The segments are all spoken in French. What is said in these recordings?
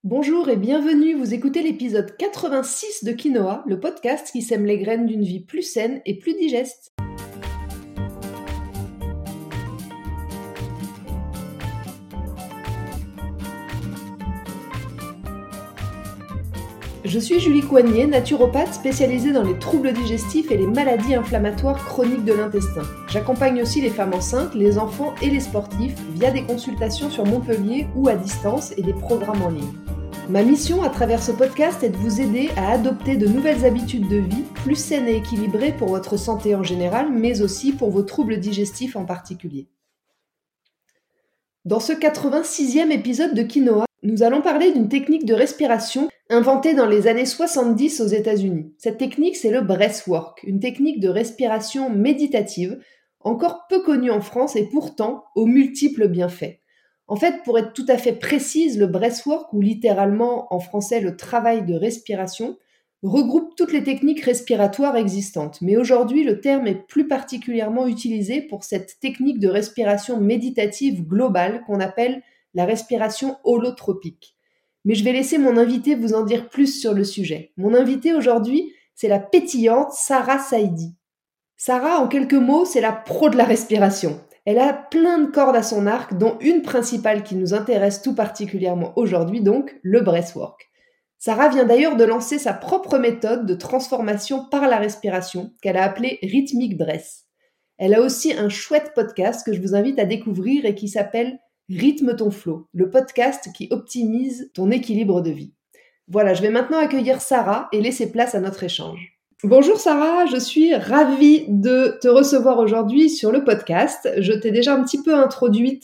Bonjour et bienvenue, vous écoutez l'épisode 86 de Quinoa, le podcast qui sème les graines d'une vie plus saine et plus digeste. Je suis Julie Coignet, naturopathe spécialisée dans les troubles digestifs et les maladies inflammatoires chroniques de l'intestin. J'accompagne aussi les femmes enceintes, les enfants et les sportifs via des consultations sur Montpellier ou à distance et des programmes en ligne. Ma mission à travers ce podcast est de vous aider à adopter de nouvelles habitudes de vie plus saines et équilibrées pour votre santé en général, mais aussi pour vos troubles digestifs en particulier. Dans ce 86e épisode de Quinoa, nous allons parler d'une technique de respiration inventée dans les années 70 aux États-Unis. Cette technique, c'est le breathwork, une technique de respiration méditative, encore peu connue en France et pourtant aux multiples bienfaits. En fait, pour être tout à fait précise, le breathwork, ou littéralement en français le travail de respiration, regroupe toutes les techniques respiratoires existantes. Mais aujourd'hui, le terme est plus particulièrement utilisé pour cette technique de respiration méditative globale qu'on appelle la respiration holotropique. Mais je vais laisser mon invité vous en dire plus sur le sujet. Mon invité aujourd'hui, c'est la pétillante Sarah Saidi. Sarah, en quelques mots, c'est la pro de la respiration. Elle a plein de cordes à son arc, dont une principale qui nous intéresse tout particulièrement aujourd'hui, donc le breathwork. Sarah vient d'ailleurs de lancer sa propre méthode de transformation par la respiration, qu'elle a appelée Rhythmic Breath. Elle a aussi un chouette podcast que je vous invite à découvrir et qui s'appelle Rythme ton flow, le podcast qui optimise ton équilibre de vie. Voilà, je vais maintenant accueillir Sarah et laisser place à notre échange. Bonjour Sarah, je suis ravie de te recevoir aujourd'hui sur le podcast. Je t'ai déjà un petit peu introduite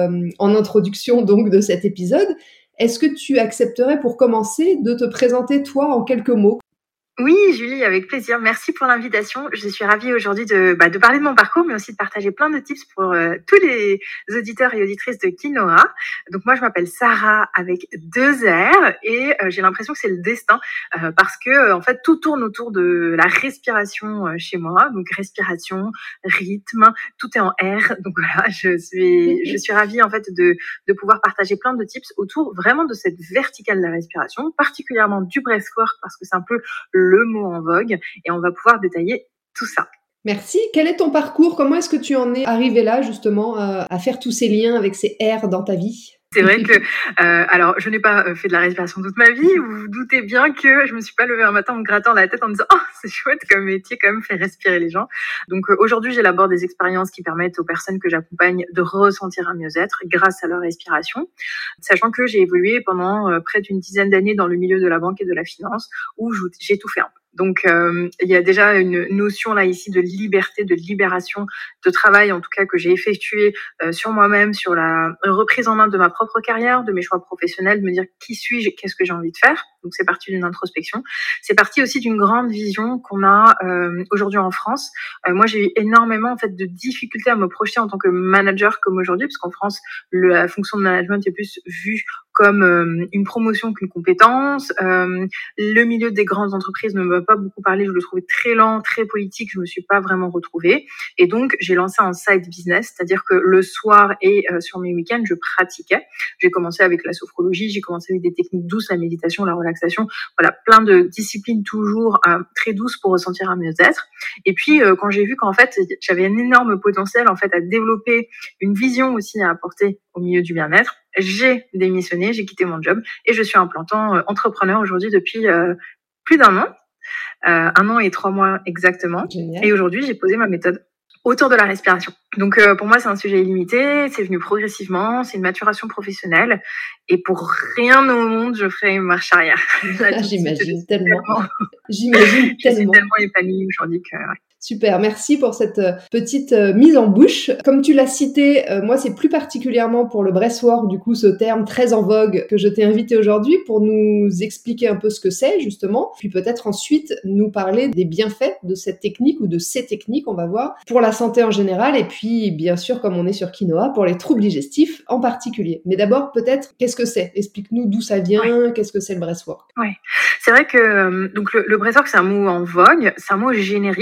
en introduction donc de cet épisode. Est-ce que tu accepterais pour commencer de te présenter toi en quelques mots ? Oui, Julie, avec plaisir. Merci pour l'invitation. Je suis ravie aujourd'hui de parler de mon parcours, mais aussi de partager plein de tips pour tous les auditeurs et auditrices de Quinoa. Donc moi, je m'appelle Sarah avec 2 R et j'ai l'impression que c'est le destin parce que en fait, tout tourne autour de la respiration chez moi. Donc respiration, rythme, tout est en R. Donc voilà, je suis ravie en fait de pouvoir partager plein de tips autour vraiment de cette verticale de la respiration, particulièrement du breathwork parce que c'est un peu le mot en vogue et on va pouvoir détailler tout ça. Merci. Quel est ton parcours ? Comment est-ce que tu en es arrivé là justement à faire tous ces liens avec ces R dans ta vie ? C'est vrai que, alors, je n'ai pas fait de la respiration toute ma vie. Vous vous doutez bien que je me suis pas levée un matin en me grattant la tête en me disant « Oh, c'est chouette comme métier, quand même, fait respirer les gens ». Donc, aujourd'hui, j'élabore des expériences qui permettent aux personnes que j'accompagne de ressentir un mieux-être grâce à leur respiration. Sachant que j'ai évolué pendant près d'une dizaine d'années dans le milieu de la banque et de la finance où j'ai tout fait un peu. Donc, il y a déjà une notion là ici de liberté, de libération, de travail en tout cas que j'ai effectué sur moi-même, sur la reprise en main de ma propre carrière, de mes choix professionnels, de me dire qui suis-je, qu'est-ce que j'ai envie de faire. Donc, c'est parti d'une introspection. C'est parti aussi d'une grande vision qu'on a aujourd'hui en France. Moi, j'ai eu énormément en fait de difficultés à me projeter en tant que manager comme aujourd'hui, parce qu'en France, la fonction de management est plus vue comme une promotion qu'une compétence. Le milieu des grandes entreprises ne m'a pas beaucoup parlé, je le trouvais très lent, très politique, je me suis pas vraiment retrouvée. Et donc, j'ai lancé un side business, c'est-à-dire que le soir et sur mes week-ends, je pratiquais. J'ai commencé avec la sophrologie, j'ai commencé avec des techniques douces, la méditation, la relaxation, voilà, plein de disciplines toujours très douces pour ressentir un mieux-être. Et puis, quand j'ai vu qu'en fait, j'avais un énorme potentiel en fait à développer une vision aussi à apporter au milieu du bien-être, j'ai démissionné, j'ai quitté mon job et je suis un plantant entrepreneur aujourd'hui depuis plus d'1 an, 1 an et 3 mois exactement. Génial. Et aujourd'hui, j'ai posé ma méthode autour de la respiration. Donc pour moi, c'est un sujet illimité, c'est venu progressivement, c'est une maturation professionnelle et pour rien au monde, je ferai une marche arrière. J'imagine tellement. Je suis tellement épanouie aujourd'hui que... Ouais. Super, merci pour cette petite mise en bouche. Comme tu l'as cité, moi c'est plus particulièrement pour le breathwork, du coup ce terme très en vogue que je t'ai invité aujourd'hui pour nous expliquer un peu ce que c'est justement, puis peut-être ensuite nous parler des bienfaits de cette technique ou de ces techniques, on va voir, pour la santé en général et puis bien sûr comme on est sur Quinoa, pour les troubles digestifs en particulier. Mais d'abord peut-être, qu'est-ce que c'est ? Explique-nous d'où ça vient, ouais. Qu'est-ce que c'est le breathwork ? Ouais, c'est vrai que donc le breathwork c'est un mot en vogue, c'est un mot générique qui veut dire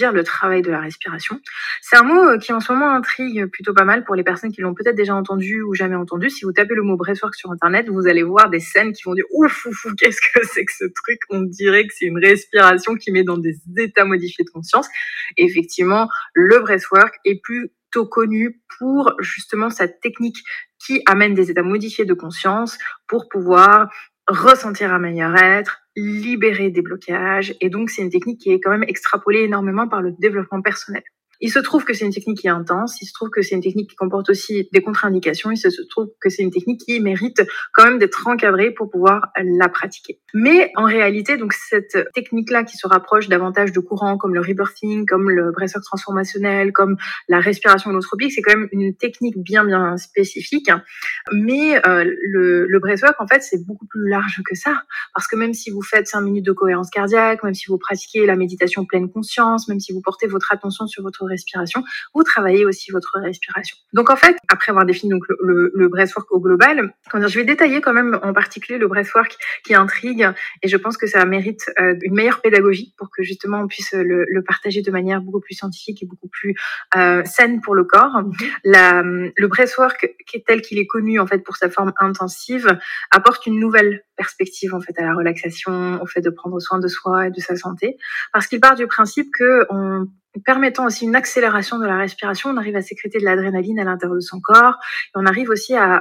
dire le travail de la respiration. C'est un mot qui en ce moment intrigue plutôt pas mal pour les personnes qui l'ont peut-être déjà entendu ou jamais entendu. Si vous tapez le mot breathwork sur internet, vous allez voir des scènes qui vont dire ouf, qu'est-ce que c'est que ce truc? On dirait que c'est une respiration qui met dans des états modifiés de conscience. Et effectivement, le breathwork est plutôt connu pour justement cette technique qui amène des états modifiés de conscience pour pouvoir ressentir un meilleur être, libérer des blocages. Et donc, c'est une technique qui est quand même extrapolée énormément par le développement personnel. Il se trouve que c'est une technique qui est intense, il se trouve que c'est une technique qui comporte aussi des contre-indications, il se trouve que c'est une technique qui mérite quand même d'être encadrée pour pouvoir la pratiquer. Mais en réalité, donc cette technique-là qui se rapproche davantage de courants comme le rebirthing, comme le breathwork transformationnel, comme la respiration holotropique, c'est quand même une technique bien spécifique. Mais le breathwork, en fait, c'est beaucoup plus large que ça, parce que même si vous faites 5 minutes de cohérence cardiaque, même si vous pratiquez la méditation pleine conscience, même si vous portez votre attention sur votre respiration, vous travaillez aussi votre respiration. Donc en fait, après avoir défini donc le breathwork au global, je vais détailler quand même en particulier le breathwork qui intrigue, et je pense que ça mérite une meilleure pédagogie pour que justement on puisse le partager de manière beaucoup plus scientifique et beaucoup plus saine pour le corps. Le breathwork tel qu'il est connu en fait pour sa forme intensive apporte une nouvelle perspective en fait à la relaxation, au fait de prendre soin de soi et de sa santé, parce qu'il part du principe que en permettant aussi une accélération de la respiration, on arrive à sécréter de l'adrénaline à l'intérieur de son corps, et on arrive aussi à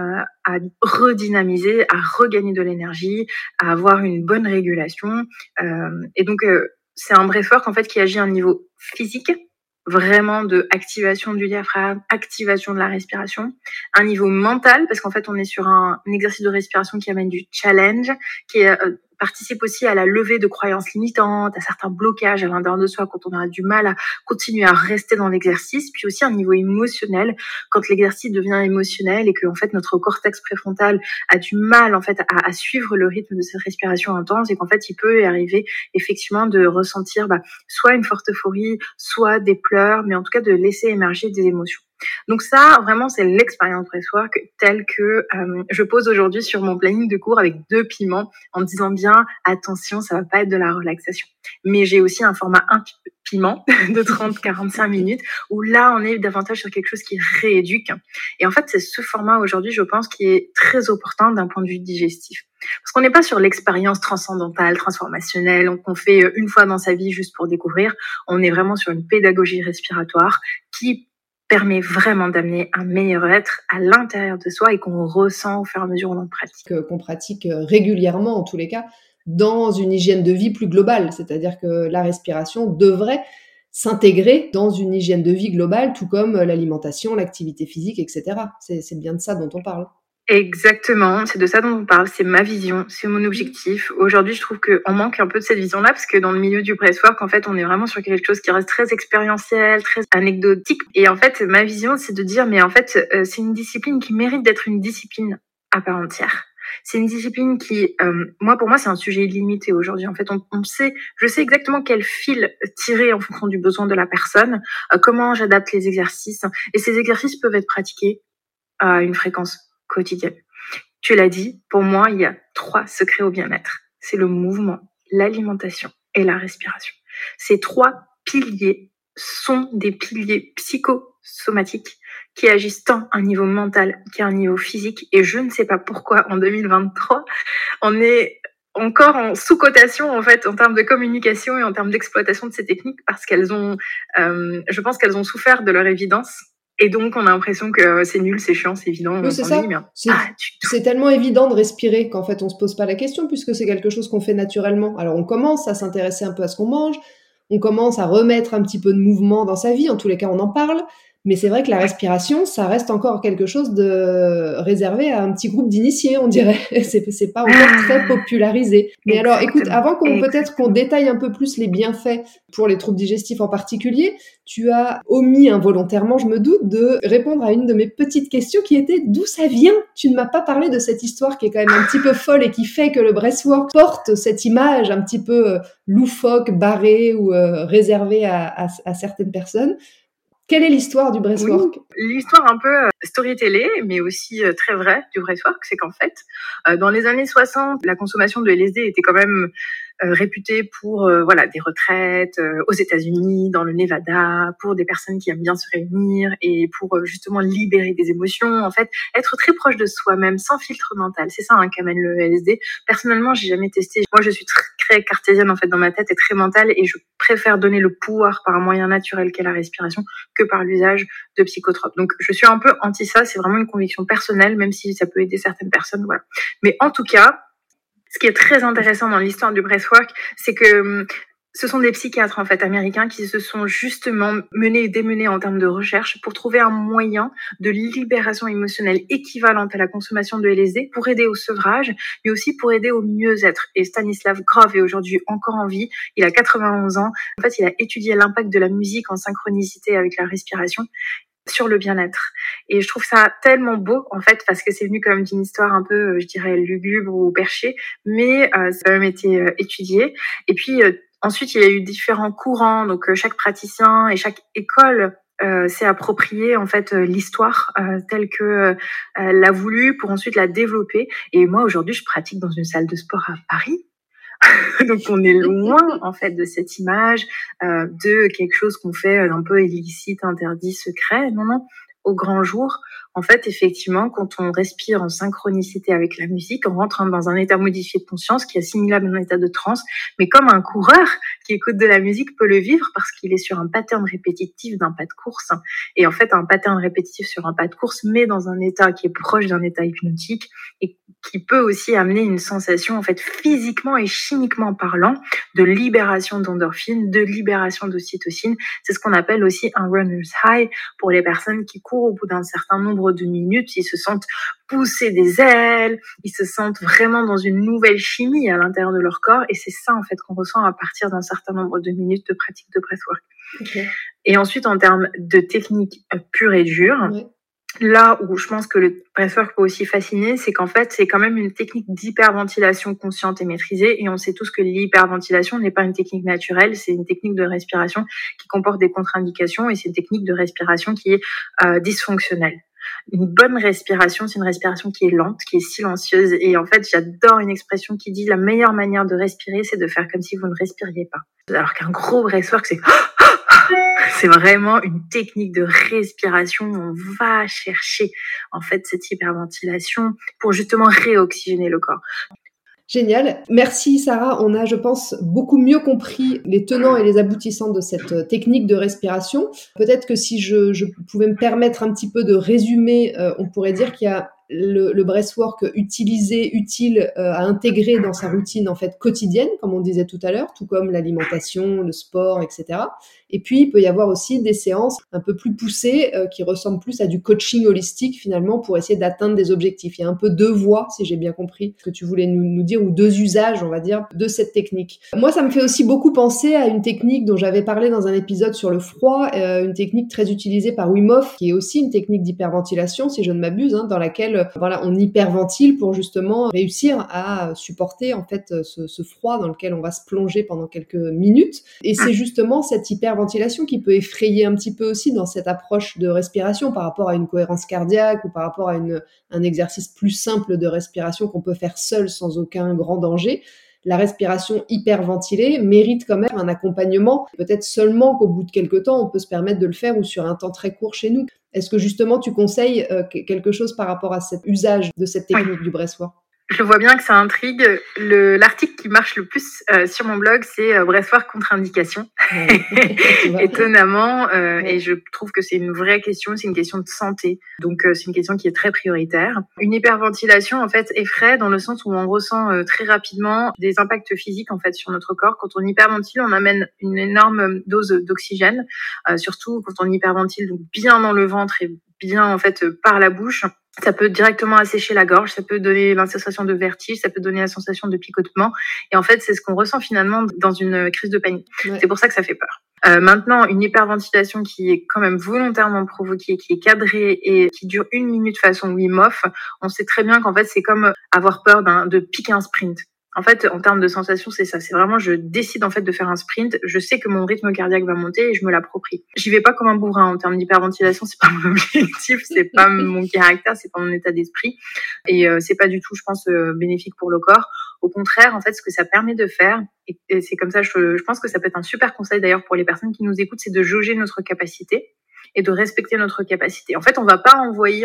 redynamiser, à regagner de l'énergie, à avoir une bonne régulation. Et donc, c'est un breathwork en fait qui agit à un niveau physique, vraiment de activation du diaphragme, activation de la respiration, un niveau mental, parce qu'en fait on est sur un exercice de respiration qui amène du challenge, qui participe aussi à la levée de croyances limitantes, à certains blocages à l'intérieur de soi quand on a du mal à continuer à rester dans l'exercice, puis aussi un niveau émotionnel, quand l'exercice devient émotionnel et que en fait notre cortex préfrontal a du mal en fait à suivre le rythme de cette respiration intense, et qu'en fait il peut y arriver effectivement de ressentir soit une forte euphorie, soit des pleurs, mais en tout cas de laisser émerger des émotions. Donc ça, vraiment, c'est l'expérience breathwork telle que je pose aujourd'hui sur mon planning de cours avec 2 piments, en me disant bien, attention, ça va pas être de la relaxation. Mais j'ai aussi un format 1 piment de 30-45 minutes, où là, on est davantage sur quelque chose qui rééduque. Et en fait, c'est ce format aujourd'hui, je pense, qui est très opportun d'un point de vue digestif. Parce qu'on n'est pas sur l'expérience transcendantale, transformationnelle, qu'on fait une fois dans sa vie juste pour découvrir. On est vraiment sur une pédagogie respiratoire qui permet vraiment d'amener un meilleur être à l'intérieur de soi et qu'on ressent au fur et à mesure où l'on pratique. Qu'on pratique régulièrement, en tous les cas, dans une hygiène de vie plus globale. C'est-à-dire que la respiration devrait s'intégrer dans une hygiène de vie globale, tout comme l'alimentation, l'activité physique, etc. C'est bien de ça dont on parle. Exactement, c'est de ça dont on parle, c'est ma vision, c'est mon objectif. Aujourd'hui, je trouve qu'on manque un peu de cette vision-là, parce que dans le milieu du breathwork, en fait, on est vraiment sur quelque chose qui reste très expérientiel, très anecdotique. Et en fait, ma vision, c'est de dire, mais en fait, c'est une discipline qui mérite d'être une discipline à part entière. C'est une discipline qui, pour moi, c'est un sujet illimité aujourd'hui. En fait, je sais exactement quel fil tirer en fonction du besoin de la personne, comment j'adapte les exercices. Et ces exercices peuvent être pratiqués à une fréquence quotidienne. Tu l'as dit, pour moi, il y a 3 secrets au bien-être. C'est le mouvement, l'alimentation et la respiration. Ces 3 piliers sont des piliers psychosomatiques qui agissent tant à un niveau mental qu'à un niveau physique. Et je ne sais pas pourquoi, en 2023, on est encore en sous-cotation, en fait, en termes de communication et en termes d'exploitation de ces techniques, parce qu'elles ont, je pense qu'elles ont souffert de leur évidence. Et donc, on a l'impression que c'est nul, c'est chiant, c'est évident. Oui, c'est ça. C'est tellement évident de respirer qu'en fait, on se pose pas la question, puisque c'est quelque chose qu'on fait naturellement. Alors, on commence à s'intéresser un peu à ce qu'on mange, on commence à remettre un petit peu de mouvement dans sa vie, en tous les cas, on en parle. Mais c'est vrai que la respiration, ça reste encore quelque chose de réservé à un petit groupe d'initiés, on dirait. C'est pas encore très popularisé. Mais alors, écoute, avant qu'on détaille un peu plus les bienfaits pour les troubles digestifs en particulier, tu as omis involontairement, je me doute, de répondre à une de mes petites questions qui était d'où ça vient? Tu ne m'as pas parlé de cette histoire qui est quand même un petit peu folle et qui fait que le breathwork porte cette image un petit peu loufoque, barrée ou réservée à certaines personnes. Quelle est l'histoire du breathwork? L'histoire un peu storytellée, mais aussi très vraie du breathwork, c'est qu'en fait, dans les années 60, la consommation de LSD était quand même réputé pour des retraites aux États-Unis, dans le Nevada, pour des personnes qui aiment bien se réunir et pour justement libérer des émotions. En fait, être très proche de soi-même, sans filtre mental. C'est ça qu'amène le LSD. Personnellement, j'ai jamais testé. Moi, je suis très cartésienne en fait dans ma tête et très mentale, et je préfère donner le pouvoir par un moyen naturel qu'est la respiration que par l'usage de psychotropes. Donc, je suis un peu anti ça. C'est vraiment une conviction personnelle, même si ça peut aider certaines personnes. Voilà. Mais en tout cas, ce qui est très intéressant dans l'histoire du breathwork, c'est que ce sont des psychiatres en fait américains qui se sont justement menés et démenés en termes de recherche pour trouver un moyen de libération émotionnelle équivalente à la consommation de LSD pour aider au sevrage, mais aussi pour aider au mieux-être. Et Stanislav Grof est aujourd'hui encore en vie. Il a 91 ans. En fait, il a étudié l'impact de la musique en synchronicité avec la respiration sur le bien-être. Et je trouve ça tellement beau, en fait, parce que c'est venu comme d'une histoire un peu, je dirais, lugubre ou perchée, mais ça a même été étudié. Et puis, ensuite, il y a eu différents courants, donc chaque praticien et chaque école s'est approprié en fait l'histoire telle que l'a voulu pour ensuite la développer. Et moi, aujourd'hui, je pratique dans une salle de sport à Paris. Donc on est loin en fait de cette image de quelque chose qu'on fait un peu illicite, interdit, secret. Non, au grand jour. En fait, effectivement, quand on respire en synchronicité avec la musique, on rentre dans un état modifié de conscience qui est assimilable à un état de transe, mais comme un coureur qui écoute de la musique peut le vivre parce qu'il est sur un pattern répétitif d'un pas de course. Et en fait, un pattern répétitif sur un pas de course, mais dans un état qui est proche d'un état hypnotique et qui peut aussi amener une sensation, en fait, physiquement et chimiquement parlant, de libération d'endorphine, de libération d'ocytocine. C'est ce qu'on appelle aussi un runner's high pour les personnes qui courent au bout d'un certain nombre de minutes. Ils se sentent pousser des ailes, ils se sentent vraiment dans une nouvelle chimie à l'intérieur de leur corps. Et c'est ça, en fait, qu'on ressent à partir d'un certain nombre de minutes de pratique de breathwork. Okay. Et ensuite, en termes de technique pure et dure, oui. Là où je pense que le breathwork peut aussi fasciner, c'est qu'en fait, c'est quand même une technique d'hyperventilation consciente et maîtrisée. Et on sait tous que l'hyperventilation n'est pas une technique naturelle, c'est une technique de respiration qui comporte des contre-indications et c'est une technique de respiration qui est dysfonctionnelle. Une bonne respiration, c'est une respiration qui est lente, qui est silencieuse. Et en fait, j'adore une expression qui dit la meilleure manière de respirer, c'est de faire comme si vous ne respiriez pas. Alors qu'un gros breathwork, c'est vraiment une technique de respiration où on va chercher en fait cette hyperventilation pour justement réoxygéner le corps. Génial. Merci Sarah. On a, je pense, beaucoup mieux compris les tenants et les aboutissants de cette technique de respiration. Peut-être que si je pouvais me permettre un petit peu de résumer, on pourrait dire qu'il y a le breathwork utile à intégrer dans sa routine en fait quotidienne, comme on disait tout à l'heure, tout comme l'alimentation, le sport, etc. Et puis, il peut y avoir aussi des séances un peu plus poussées qui ressemblent plus à du coaching holistique finalement pour essayer d'atteindre des objectifs. Il y a un peu deux voies, si j'ai bien compris ce que tu voulais nous dire, ou deux usages, on va dire, de cette technique. Moi, ça me fait aussi beaucoup penser à une technique dont j'avais parlé dans un épisode sur le froid, une technique très utilisée par Wim Hof, qui est aussi une technique d'hyperventilation, si je ne m'abuse, dans laquelle on hyperventile pour justement réussir à supporter en fait ce froid dans lequel on va se plonger pendant quelques minutes. Et c'est justement cette hyperventilation qui peut effrayer un petit peu aussi dans cette approche de respiration par rapport à une cohérence cardiaque ou par rapport à un exercice plus simple de respiration qu'on peut faire seul sans aucun grand danger. La respiration hyperventilée mérite quand même un accompagnement. Peut-être seulement qu'au bout de quelques temps, on peut se permettre de le faire ou sur un temps très court chez nous. Est-ce que justement tu conseilles quelque chose par rapport à cet usage de cette technique du breathwork ? Je vois bien que ça intrigue. L'article qui marche le plus sur mon blog, c'est breathwork contre-indication. Étonnamment. Et je trouve que c'est une vraie question, c'est une question de santé. Donc, c'est une question qui est très prioritaire. Une hyperventilation, en fait, effraie dans le sens où on ressent très rapidement des impacts physiques, en fait, sur notre corps. Quand on hyperventile, on amène une énorme dose d'oxygène, surtout quand on hyperventile, donc bien dans le ventre et bien, en fait, par la bouche. Ça peut directement assécher la gorge, ça peut donner la sensation de vertige, ça peut donner la sensation de picotement. Et en fait, c'est ce qu'on ressent finalement dans une crise de panique. Ouais. C'est pour ça que ça fait peur. Maintenant, une hyperventilation qui est quand même volontairement provoquée, qui est cadrée et qui dure 1 minute façon Wim Hof, on sait très bien qu'en fait, c'est comme avoir peur de piquer un sprint. En fait, en termes de sensation, c'est ça. C'est vraiment, je décide en fait de faire un sprint. Je sais que mon rythme cardiaque va monter et je me l'approprie. J'y vais pas comme un bourrin en termes d'hyperventilation. C'est pas mon objectif, c'est pas mon caractère, c'est pas mon état d'esprit. Et c'est pas du tout, je pense, bénéfique pour le corps. Au contraire, en fait, ce que ça permet de faire, et c'est comme ça, je pense que ça peut être un super conseil d'ailleurs pour les personnes qui nous écoutent, c'est de jauger notre capacité et de respecter notre capacité. En fait, on va pas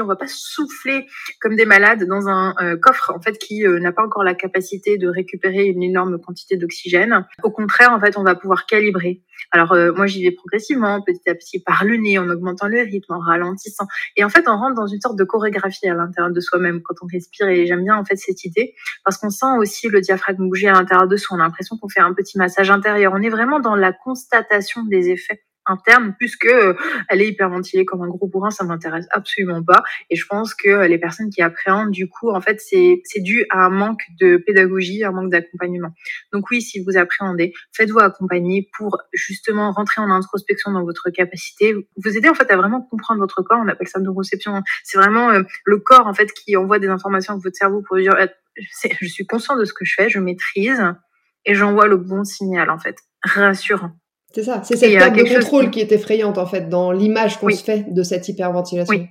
souffler comme des malades dans un coffre en fait qui n'a pas encore la capacité de récupérer une énorme quantité d'oxygène. Au contraire, en fait, on va pouvoir calibrer. Alors moi, j'y vais progressivement, petit à petit, par le nez, en augmentant le rythme, en ralentissant. Et en fait, on rentre dans une sorte de chorégraphie à l'intérieur de soi-même quand on respire. Et j'aime bien en fait cette idée parce qu'on sent aussi le diaphragme bouger à l'intérieur de soi. On a l'impression qu'on fait un petit massage intérieur. On est vraiment dans la constatation des effets interne, puisque elle est hyperventilée comme un gros bourrin, ça m'intéresse absolument pas. Et je pense que les personnes qui appréhendent, du coup, en fait, c'est dû à un manque de pédagogie, un manque d'accompagnement. Donc oui, si vous appréhendez, faites-vous accompagner pour justement rentrer en introspection dans votre capacité, vous aider en fait à vraiment comprendre votre corps. On appelle ça neuroception. C'est vraiment le corps en fait qui envoie des informations à votre cerveau pour dire je suis conscient de ce que je fais, je maîtrise et j'envoie le bon signal en fait, rassurant. C'est ça, c'est cette perte de contrôle qui est effrayante en fait dans l'image qu'on se fait de cette hyperventilation.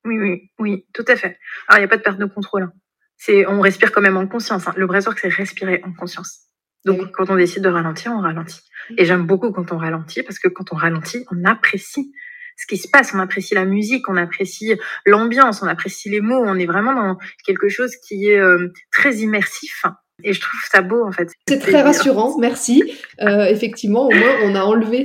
Oui, tout à fait. Alors il n'y a pas de perte de contrôle. Hein. On respire quand même en conscience. Hein. Le breathwork, c'est respirer en conscience. Donc quand on décide de ralentir, on ralentit. Et j'aime beaucoup quand on ralentit parce que quand on ralentit, on apprécie ce qui se passe, on apprécie la musique, on apprécie l'ambiance, on apprécie les mots. On est vraiment dans quelque chose qui est très immersif. Et je trouve ça beau, en fait. C'est très rassurant, merci. Effectivement, au moins, on a enlevé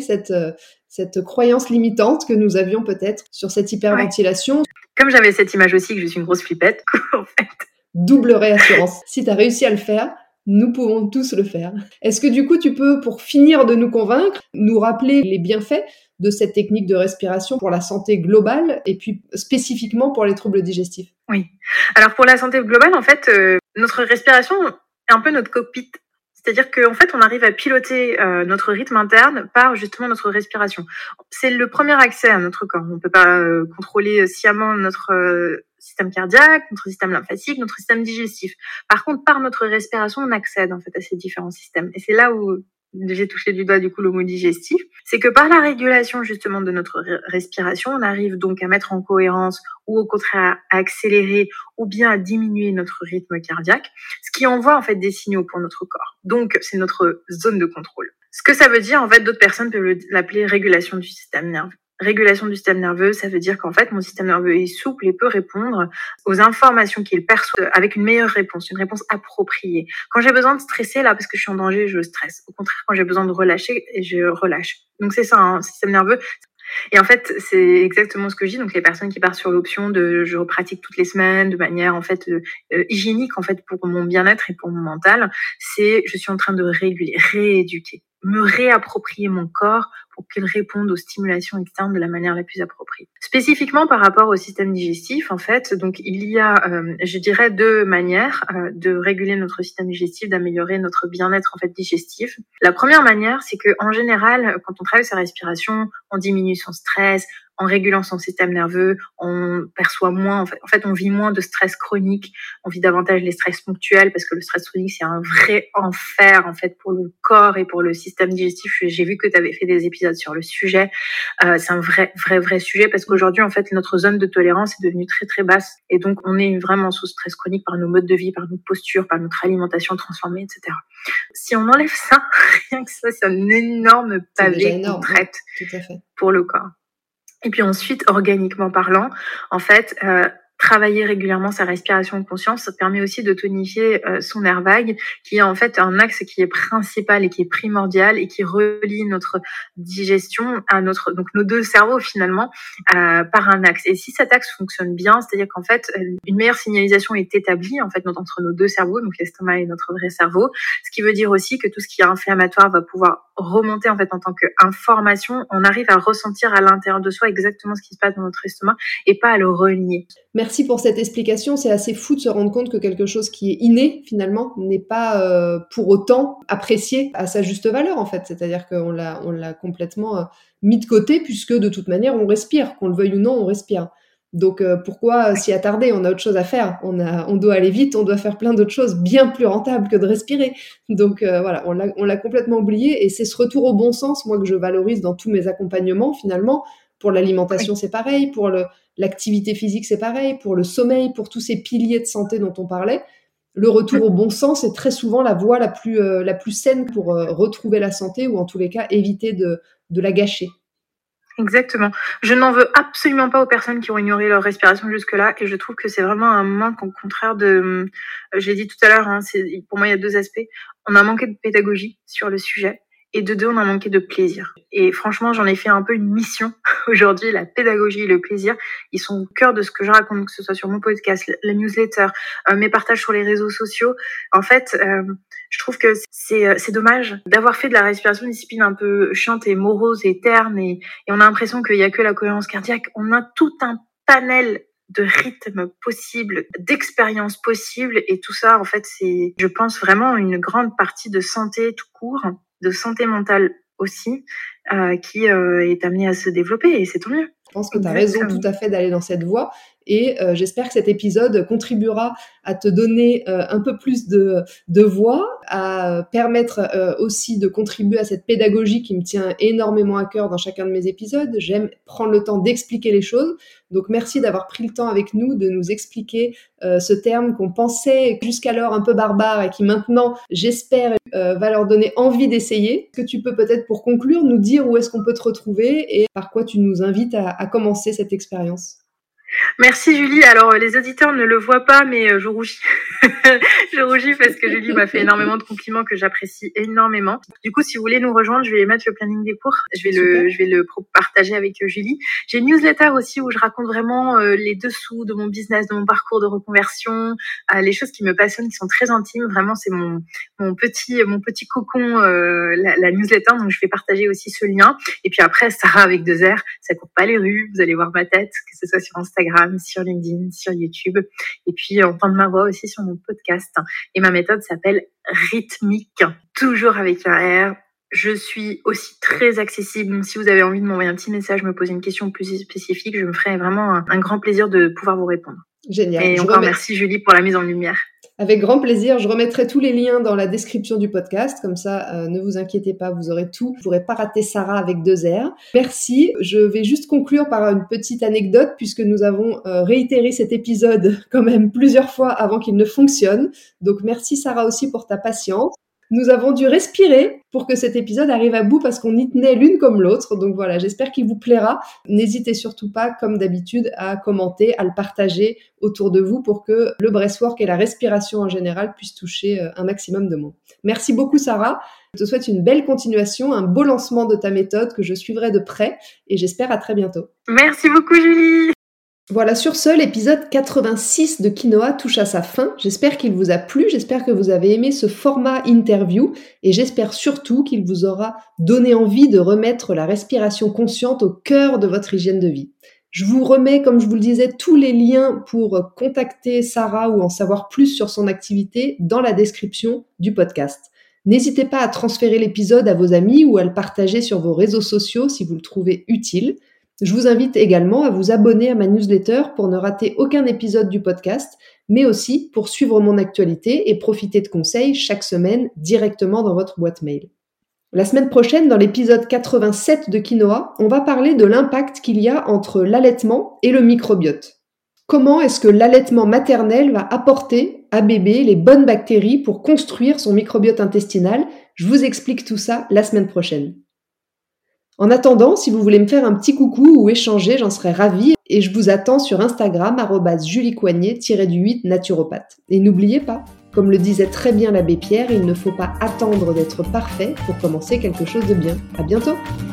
cette croyance limitante que nous avions peut-être sur cette hyperventilation. Ouais. Comme j'avais cette image aussi que je suis une grosse flippette, en fait. Double réassurance. Si tu as réussi à le faire, nous pouvons tous le faire. Est-ce que du coup, tu peux, pour finir de nous convaincre, nous rappeler les bienfaits de cette technique de respiration pour la santé globale et puis spécifiquement pour les troubles digestifs? Oui. Alors pour la santé globale, en fait, notre respiration est un peu notre cockpit. C'est-à-dire qu'en fait, on arrive à piloter notre rythme interne par justement notre respiration. C'est le premier accès à notre corps. On ne peut pas contrôler sciemment notre système cardiaque, notre système lymphatique, notre système digestif. Par contre, par notre respiration, on accède en fait à ces différents systèmes. Et c'est là où j'ai touché du doigt du coup le mot digestif, c'est que par la régulation justement de notre respiration, on arrive donc à mettre en cohérence ou au contraire à accélérer ou bien à diminuer notre rythme cardiaque, ce qui envoie en fait des signaux pour notre corps. Donc c'est notre zone de contrôle. Ce que ça veut dire en fait, d'autres personnes peuvent l'appeler régulation du système nerveux. Régulation du système nerveux, ça veut dire qu'en fait, mon système nerveux est souple et peut répondre aux informations qu'il perçoit avec une meilleure réponse, une réponse appropriée. Quand j'ai besoin de stresser, là, parce que je suis en danger, je stresse. Au contraire, quand j'ai besoin de relâcher, je relâche. Donc c'est ça, un système nerveux. Et en fait, c'est exactement ce que je dis. Donc, les personnes qui partent sur l'option de je pratique toutes les semaines de manière en fait hygiénique en fait pour mon bien-être et pour mon mental, c'est je suis en train de réguler, rééduquer, me réapproprier mon corps pour qu'il réponde aux stimulations externes de la manière la plus appropriée. Spécifiquement par rapport au système digestif, en fait, donc il y a, je dirais, deux manières de réguler notre système digestif, d'améliorer notre bien-être en fait digestif. La première manière, c'est que en général, quand on travaille sa respiration, on diminue son stress. En régulant son système nerveux, on perçoit moins, en fait, on vit moins de stress chronique, on vit davantage les stress ponctuels parce que le stress chronique, c'est un vrai enfer, en fait, pour le corps et pour le système digestif. J'ai vu que tu avais fait des épisodes sur le sujet. C'est un vrai sujet parce qu'aujourd'hui, en fait, notre zone de tolérance est devenue très, très basse et donc on est vraiment sous stress chronique par nos modes de vie, par notre posture, par notre alimentation transformée, etc. Si on enlève ça, rien que ça, c'est un énorme pavé qu'on traite pour le corps. Et puis ensuite, organiquement parlant, en fait, travailler régulièrement sa respiration en conscience, ça permet aussi de tonifier son nerf vague, qui est en fait un axe qui est principal et qui est primordial et qui relie notre digestion à nos deux cerveaux finalement par un axe. Et si cet axe fonctionne bien, c'est-à-dire qu'en fait une meilleure signalisation est établie en fait entre nos deux cerveaux, donc l'estomac et notre vrai cerveau, ce qui veut dire aussi que tout ce qui est inflammatoire va pouvoir remonter en fait en tant qu'information. On arrive à ressentir à l'intérieur de soi exactement ce qui se passe dans notre estomac et pas à le renier. Merci pour cette explication. C'est assez fou de se rendre compte que quelque chose qui est inné, finalement, n'est pas pour autant apprécié à sa juste valeur, en fait. C'est-à-dire qu'on l'a complètement mis de côté, puisque de toute manière, on respire. Qu'on le veuille ou non, on respire. Donc pourquoi s'y attarder? On a autre chose à faire. On doit aller vite, on doit faire plein d'autres choses bien plus rentables que de respirer. Donc voilà, on l'a complètement oublié. Et c'est ce retour au bon sens, moi, que je valorise dans tous mes accompagnements, finalement. Pour l'alimentation, c'est pareil. Pour l'activité physique, c'est pareil. Pour le sommeil, pour tous ces piliers de santé dont on parlait. Le retour au bon sens est très souvent la voie la plus saine pour retrouver la santé ou en tous les cas éviter de la gâcher. Exactement. Je n'en veux absolument pas aux personnes qui ont ignoré leur respiration jusque-là et je trouve que c'est vraiment un manque au contraire de, j'ai dit tout à l'heure, pour moi il y a 2 aspects. On a manqué de pédagogie sur le sujet et de 2, on a manqué de plaisir. Et franchement, j'en ai fait un peu une mission aujourd'hui. La pédagogie et le plaisir, ils sont au cœur de ce que je raconte, que ce soit sur mon podcast, la newsletter, mes partages sur les réseaux sociaux. En fait, je trouve que c'est dommage d'avoir fait de la respiration une discipline un peu chiante et morose et terne et on a l'impression qu'il y a que la cohérence cardiaque. On a tout un panel de rythmes possibles, d'expériences possibles et tout ça, en fait, c'est, je pense, vraiment une grande partie de santé tout court, de santé mentale aussi, qui est amenée à se développer et c'est tant mieux. Je pense que tu as raison tout à fait d'aller dans cette voie et j'espère que cet épisode contribuera à te donner un peu plus de voix, à permettre aussi de contribuer à cette pédagogie qui me tient énormément à cœur dans chacun de mes épisodes. J'aime prendre le temps d'expliquer les choses. Donc merci d'avoir pris le temps avec nous de nous expliquer ce terme qu'on pensait jusqu'alors un peu barbare et qui maintenant, j'espère, va leur donner envie d'essayer. Est-ce que tu peux peut-être pour conclure nous dire où est-ce qu'on peut te retrouver et par quoi tu nous invites à commencer cette expérience? Merci Julie. Alors les auditeurs ne le voient pas, mais je rougis. Je rougis parce que Julie m'a fait énormément de compliments que j'apprécie énormément. Du coup, si vous voulez nous rejoindre, je vais mettre le planning des cours. Je vais le partager avec Julie. J'ai une newsletter aussi où je raconte vraiment les dessous de mon business, de mon parcours de reconversion, les choses qui me passionnent, qui sont très intimes. Vraiment, c'est mon petit cocon, la newsletter. Donc, je vais partager aussi ce lien. Et puis après, Sarah avec 2 R, ça court pas les rues. Vous allez voir ma tête, que ce soit sur Instagram, sur LinkedIn, sur YouTube. Et puis, entendre ma voix aussi sur mon podcast. Et ma méthode s'appelle Rythmique, toujours avec un R. Je suis aussi très accessible. Donc, si vous avez envie de m'envoyer un petit message, me poser une question plus spécifique, je me ferai vraiment un grand plaisir de pouvoir vous répondre. Génial. Et encore merci Julie pour la mise en lumière. Avec grand plaisir, je remettrai tous les liens dans la description du podcast, comme ça ne vous inquiétez pas, vous aurez tout. Vous ne pourrez pas rater Sarah avec 2 R. Merci, je vais juste conclure par une petite anecdote puisque nous avons réitéré cet épisode quand même plusieurs fois avant qu'il ne fonctionne. Donc merci Sarah aussi pour ta patience. Nous avons dû respirer pour que cet épisode arrive à bout parce qu'on y tenait l'une comme l'autre. Donc voilà, j'espère qu'il vous plaira. N'hésitez surtout pas, comme d'habitude, à commenter, à le partager autour de vous pour que le breathwork et la respiration en général puissent toucher un maximum de monde. Merci beaucoup Sarah. Je te souhaite une belle continuation, un beau lancement de ta méthode que je suivrai de près et j'espère à très bientôt. Merci beaucoup Julie. Voilà, sur ce, l'épisode 86 de Quinoa touche à sa fin. J'espère qu'il vous a plu, j'espère que vous avez aimé ce format interview et j'espère surtout qu'il vous aura donné envie de remettre la respiration consciente au cœur de votre hygiène de vie. Je vous remets, comme je vous le disais, tous les liens pour contacter Sarah ou en savoir plus sur son activité dans la description du podcast. N'hésitez pas à transférer l'épisode à vos amis ou à le partager sur vos réseaux sociaux si vous le trouvez utile. Je vous invite également à vous abonner à ma newsletter pour ne rater aucun épisode du podcast, mais aussi pour suivre mon actualité et profiter de conseils chaque semaine directement dans votre boîte mail. La semaine prochaine, dans l'épisode 87 de Quinoa, on va parler de l'impact qu'il y a entre l'allaitement et le microbiote. Comment est-ce que l'allaitement maternel va apporter à bébé les bonnes bactéries pour construire son microbiote intestinal? Je vous explique tout ça la semaine prochaine. En attendant, si vous voulez me faire un petit coucou ou échanger, j'en serais ravie et je vous attends sur Instagram @juliecoignet_8 naturopathe. Et n'oubliez pas, comme le disait très bien l'abbé Pierre, il ne faut pas attendre d'être parfait pour commencer quelque chose de bien. À bientôt!